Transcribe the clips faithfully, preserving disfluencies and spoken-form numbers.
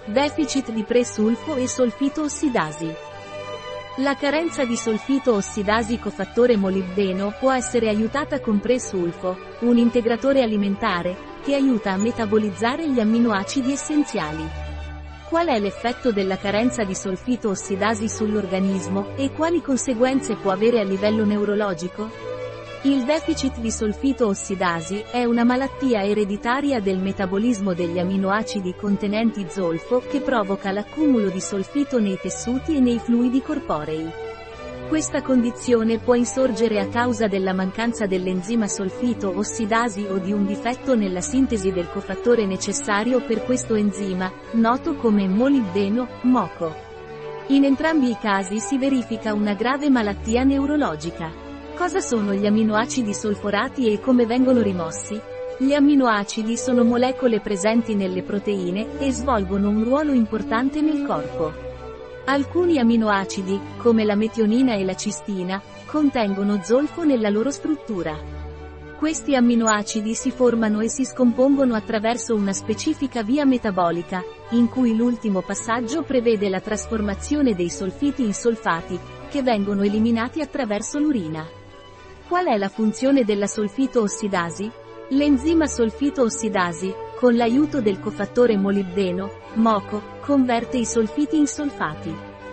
Deficit di pre-sulfo e solfito ossidasi. La carenza di solfito ossidasi cofattore molibdeno può essere aiutata con pre-sulfo, un integratore alimentare, che aiuta a metabolizzare gli amminoacidi essenziali. Qual è l'effetto della carenza di solfito ossidasi sull'organismo, e quali conseguenze può avere a livello neurologico? Il deficit di solfito ossidasi è una malattia ereditaria del metabolismo degli amminoacidi contenenti zolfo che provoca l'accumulo di solfito nei tessuti e nei fluidi corporei. Questa condizione può insorgere a causa della mancanza dell'enzima solfito ossidasi o di un difetto nella sintesi del cofattore necessario per questo enzima, noto come molibdeno, MoCo. In entrambi i casi si verifica una grave malattia neurologica. Cosa sono gli amminoacidi solforati e come vengono rimossi? Gli amminoacidi sono molecole presenti nelle proteine, e svolgono un ruolo importante nel corpo. Alcuni amminoacidi, come la metionina e la cistina, contengono zolfo nella loro struttura. Questi amminoacidi si formano e si scompongono attraverso una specifica via metabolica, in cui l'ultimo passaggio prevede la trasformazione dei solfiti in solfati, che vengono eliminati attraverso l'urina. Qual è la funzione della solfito ossidasi? L'enzima solfito ossidasi, con l'aiuto del cofattore molibdeno, MoCo, converte i solfiti in solfati.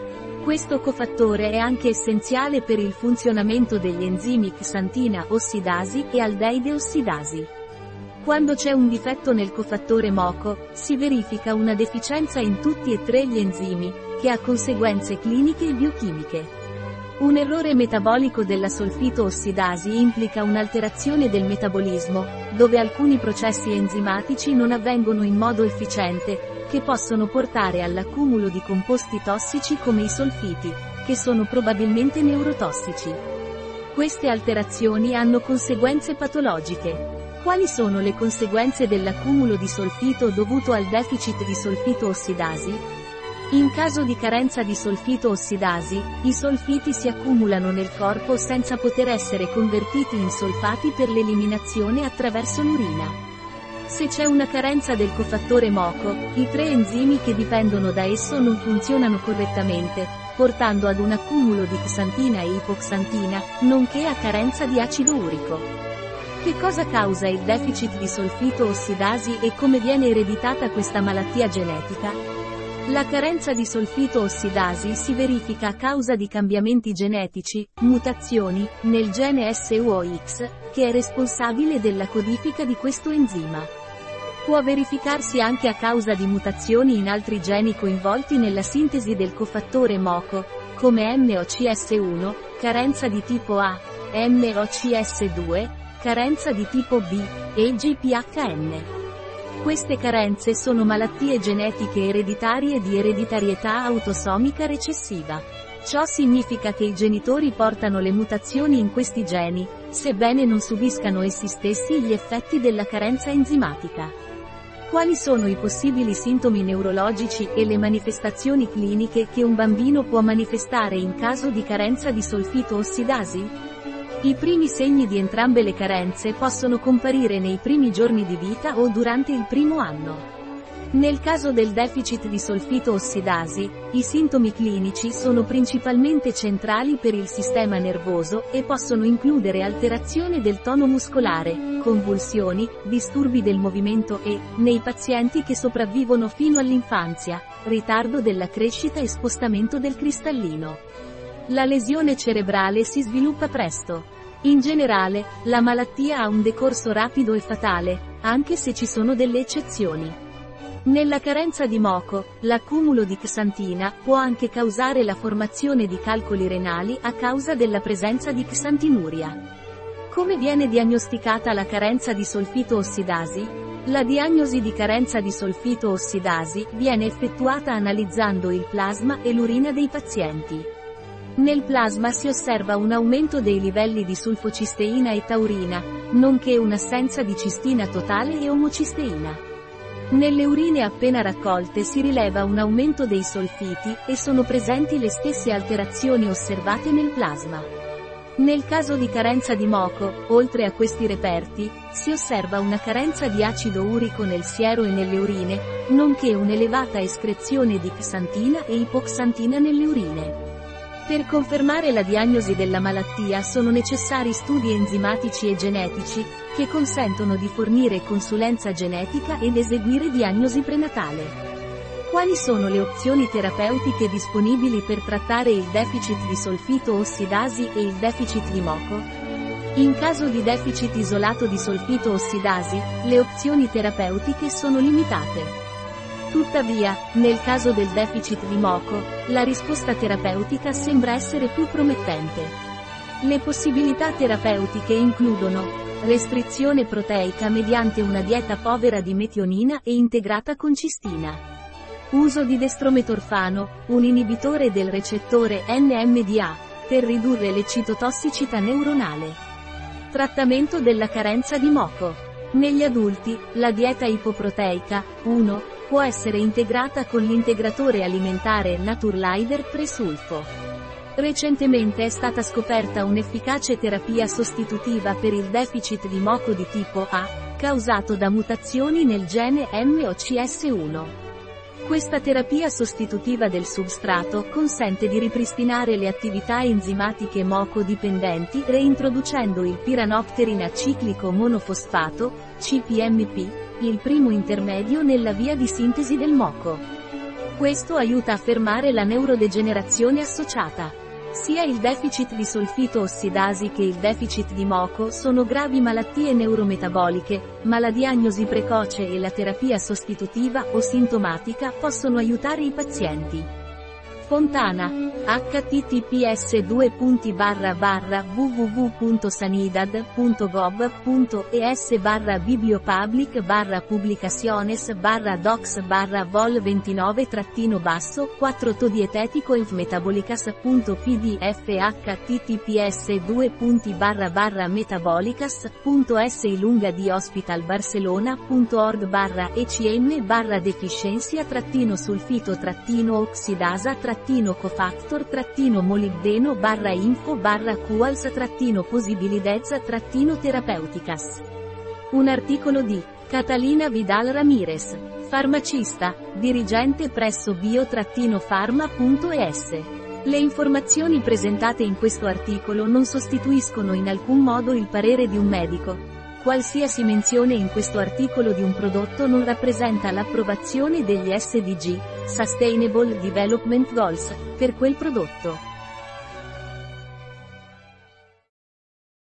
Questo cofattore è anche essenziale per il funzionamento degli enzimi xantina ossidasi e aldeide ossidasi. Quando c'è un difetto nel cofattore MoCo, si verifica una deficienza in tutti e tre gli enzimi, che ha conseguenze cliniche e biochimiche. Un errore metabolico della solfito ossidasi implica un'alterazione del metabolismo, dove alcuni processi enzimatici non avvengono in modo efficiente, che possono portare all'accumulo di composti tossici come i solfiti, che sono probabilmente neurotossici. Queste alterazioni hanno conseguenze patologiche. Quali sono le conseguenze dell'accumulo di solfito dovuto al deficit di solfito ossidasi? In caso di carenza di solfito ossidasi, i solfiti si accumulano nel corpo senza poter essere convertiti in solfati per l'eliminazione attraverso l'urina. Se c'è una carenza del cofattore MoCo, i tre enzimi che dipendono da esso non funzionano correttamente, portando ad un accumulo di xantina e ipoxantina, nonché a carenza di acido urico. Che cosa causa il deficit di solfito ossidasi e come viene ereditata questa malattia genetica? La carenza di solfito ossidasi si verifica a causa di cambiamenti genetici, mutazioni, nel gene S U O X, che è responsabile della codifica di questo enzima. Può verificarsi anche a causa di mutazioni in altri geni coinvolti nella sintesi del cofattore MoCo, come M O C S uno, carenza di tipo A, M O C S due, carenza di tipo B, e G P H N. Queste carenze sono malattie genetiche ereditarie di ereditarietà autosomica recessiva. Ciò significa che i genitori portano le mutazioni in questi geni, sebbene non subiscano essi stessi gli effetti della carenza enzimatica. Quali sono i possibili sintomi neurologici e le manifestazioni cliniche che un bambino può manifestare in caso di carenza di solfito ossidasi? I primi segni di entrambe le carenze possono comparire nei primi giorni di vita o durante il primo anno. Nel caso del deficit di solfito ossidasi, i sintomi clinici sono principalmente centrali per il sistema nervoso e possono includere alterazione del tono muscolare, convulsioni, disturbi del movimento e, nei pazienti che sopravvivono fino all'infanzia, ritardo della crescita e spostamento del cristallino. La lesione cerebrale si sviluppa presto. In generale, la malattia ha un decorso rapido e fatale, anche se ci sono delle eccezioni. Nella carenza di MoCo, l'accumulo di xantina può anche causare la formazione di calcoli renali a causa della presenza di xantinuria. Come viene diagnosticata la carenza di solfito ossidasi? La diagnosi di carenza di solfito ossidasi viene effettuata analizzando il plasma e l'urina dei pazienti. Nel plasma si osserva un aumento dei livelli di sulfocisteina e taurina, nonché un'assenza di cistina totale e omocisteina. Nelle urine appena raccolte si rileva un aumento dei solfiti, e sono presenti le stesse alterazioni osservate nel plasma. Nel caso di carenza di moco, oltre a questi reperti, si osserva una carenza di acido urico nel siero e nelle urine, nonché un'elevata escrezione di xantina e ipoxantina nelle urine. Per confermare la diagnosi della malattia sono necessari studi enzimatici e genetici, che consentono di fornire consulenza genetica ed eseguire diagnosi prenatale. Quali sono le opzioni terapeutiche disponibili per trattare il deficit di solfito ossidasi e il deficit di moco? In caso di deficit isolato di solfito ossidasi, le opzioni terapeutiche sono limitate. Tuttavia, nel caso del deficit di moco, la risposta terapeutica sembra essere più promettente. Le possibilità terapeutiche includono restrizione proteica mediante una dieta povera di metionina e integrata con cistina. Uso di destrometorfano, un inibitore del recettore N M D A, per ridurre l'eccitotossicità neuronale. Trattamento della carenza di moco. Negli adulti, la dieta ipoproteica, uno, può essere integrata con l'integratore alimentare Naturlider Pre-Sulfo. Recentemente è stata scoperta un'efficace terapia sostitutiva per il deficit di moco di tipo A, causato da mutazioni nel gene M O C S uno. Questa terapia sostitutiva del substrato consente di ripristinare le attività enzimatiche moco dipendenti reintroducendo il piranopterin aciclico monofosfato, C P M P, il primo intermedio nella via di sintesi del moco. Questo aiuta a fermare la neurodegenerazione associata. Sia il deficit di solfito ossidasi che il deficit di moco sono gravi malattie neurometaboliche, ma la diagnosi precoce e la terapia sostitutiva o sintomatica possono aiutare i pazienti. Fontana. H T T P S due punti barra barra w w w punto sanidad punto gov punto e s barra bibliopublic barra publicaciones barra docs barra vol ventinove trattino basso quattro to dietetico inf metabolicas punto p d f H T T P S due punti barra barra metabolicas punto s lunga di hospital barcelona punto org barra e c m barra deficiencia trattino sulfito trattino oxidasa trattino cofactor trattino molibdeno barra info barra quals trattino posibilidez trattino terapeuticas. Un articolo di Catalina Vidal Ramirez, farmacista, dirigente presso bio-pharma punto e s. Le informazioni presentate in questo articolo non sostituiscono in alcun modo il parere di un medico. Qualsiasi menzione in questo articolo di un prodotto non rappresenta l'approvazione degli S D G, Sustainable Development Goals, per quel prodotto.